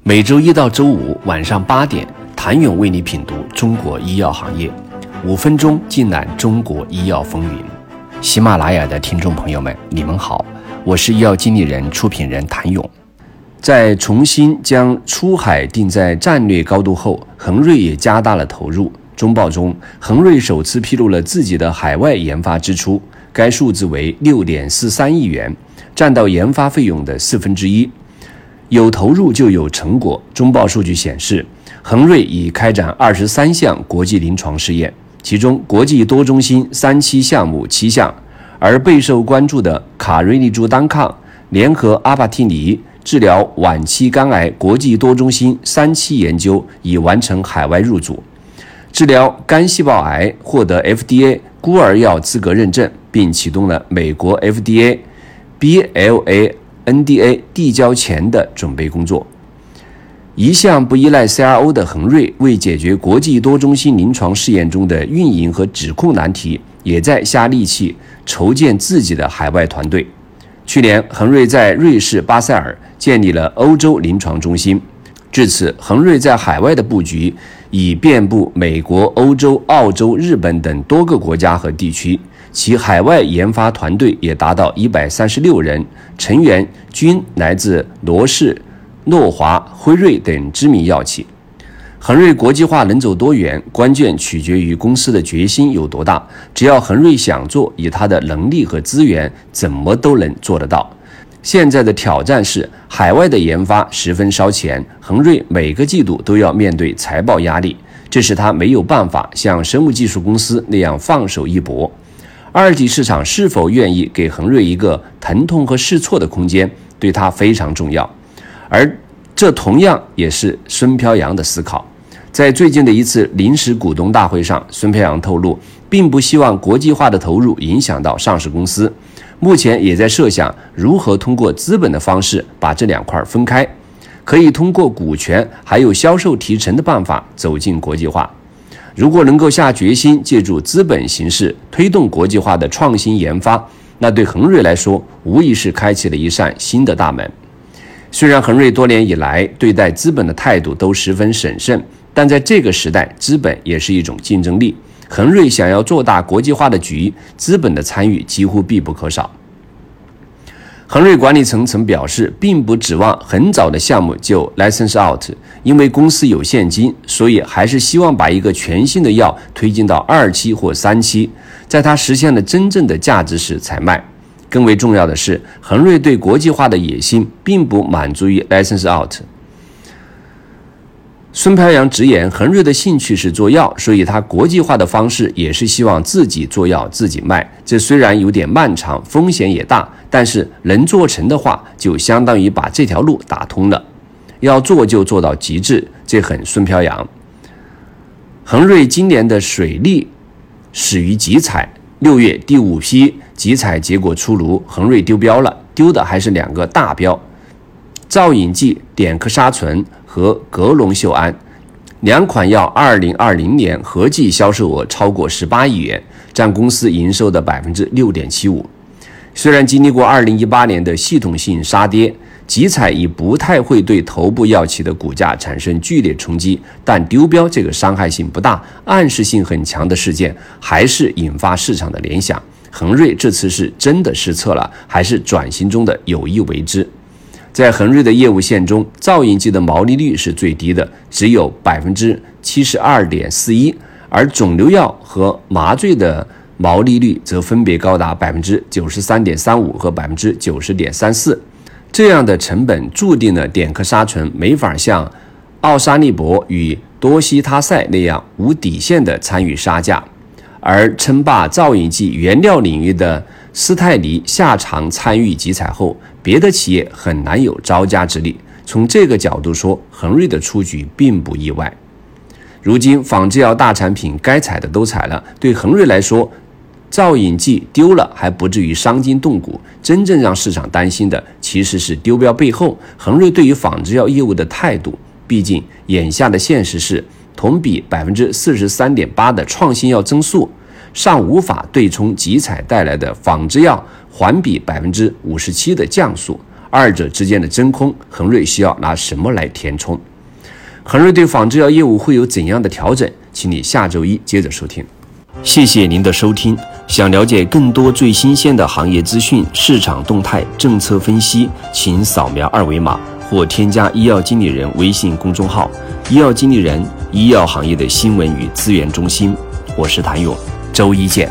每周一到周五晚上8点，谭勇为你品读中国医药行业，5分钟尽览中国医药风云。喜马拉雅的听众朋友们，你们好，我是医药经理人、出品人谭勇。在重新将出海定在战略高度后，恒瑞也加大了投入。中报中，恒瑞首次披露了自己的海外研发支出，该数字为 6.43 亿元，占到研发费用的1/4。有投入就有成果。中报数据显示，恒瑞已开展23项国际临床试验，其中国际多中心3期项目7项，而备受关注的卡瑞利珠单抗联合阿巴替尼治疗晚期肝癌国际多中心3期研究已完成海外入组，治疗肝细胞癌获得 FDA 孤儿药资格认证，并启动了美国 FDA、BLA、NDA 递交前的准备工作。一向不依赖 CRO 的恒瑞，为解决国际多中心临床试验中的运营和指控难题，也在下力气筹建自己的海外团队。去年，恒瑞在瑞士巴塞尔建立了欧洲临床中心，至此，恒瑞在海外的布局已遍布美国、欧洲、澳洲、日本等多个国家和地区。其海外研发团队也达到136人，成员均来自罗氏、诺华、辉瑞等知名药企。恒瑞国际化能走多远，关键取决于公司的决心有多大。只要恒瑞想做，以他的能力和资源，怎么都能做得到。现在的挑战是，海外的研发十分烧钱，恒瑞每个季度都要面对财报压力，这使他没有办法像生物技术公司那样放手一搏。二级市场是否愿意给恒瑞一个疼痛和试错的空间，对他非常重要。而这同样也是孙飘扬的思考。在最近的一次临时股东大会上，孙飘扬透露，并不希望国际化的投入影响到上市公司，目前也在设想如何通过资本的方式把这两块分开，可以通过股权还有销售提成的办法走进国际化。如果能够下决心借助资本形式推动国际化的创新研发，那对恒瑞来说无疑是开启了一扇新的大门。虽然恒瑞多年以来对待资本的态度都十分审慎，但在这个时代，资本也是一种竞争力。恒瑞想要做大国际化的局，资本的参与几乎必不可少。恒瑞管理层曾表示，并不指望很早的项目就 license out， 因为公司有现金，所以还是希望把一个全新的药推进到2期或3期，在它实现了真正的价值时才卖。更为重要的是，恒瑞对国际化的野心并不满足于 license out。孙飘扬直言，恒瑞的兴趣是做药，所以他国际化的方式也是希望自己做药自己卖。这虽然有点漫长，风险也大，但是能做成的话，就相当于把这条路打通了。要做就做到极致，这很孙飘扬。恒瑞今年的水利始于集采，6月第5批集采结果出炉，恒瑞丢标了，丢的还是2个大标，造影剂碘克沙醇和格隆溴胺，2款药2020年合计销售额超过18亿元，占公司营收的 6.75%。虽然经历过2018年的系统性杀跌，集采已不太会对头部药企的股价产生剧烈冲击，但丢标这个伤害性不大、暗示性很强的事件，还是引发市场的联想。恒瑞这次是真的失策了，还是转型中的有意为之？在恒瑞的业务线中，造影剂的毛利率是最低的，只有 72.41%， 而肿瘤药和麻醉的毛利率则分别高达 93.35% 和 90.34%。这样的成本注定了碘克沙醇没法像奥沙利铂与多西他赛那样无底线的参与杀价，而称霸造影剂原料领域的斯泰黎下场参与集采后，别的企业很难有招架之力。从这个角度说，恒瑞的出局并不意外。如今仿制药大产品该采的都采了，对恒瑞来说，造影剂丢了还不至于伤筋动骨，真正让市场担心的其实是丢标背后恒瑞对于仿制药业务的态度。毕竟眼下的现实是，同比 43.8% 的创新药增速尚无法对冲集采带来的仿制药环比 57% 的降速， 二者之间的真空，恒瑞需要拿什么来填充？恒瑞对仿制药业务会有怎样的调整？请你下周一接着收听。谢谢您的收听。想了解更多最新鲜的行业资讯、市场动态、政策分析，请扫描二维码或添加医药经理人微信公众号“医药经理人”，医药行业的新闻与资源中心。我是谭勇，周一见。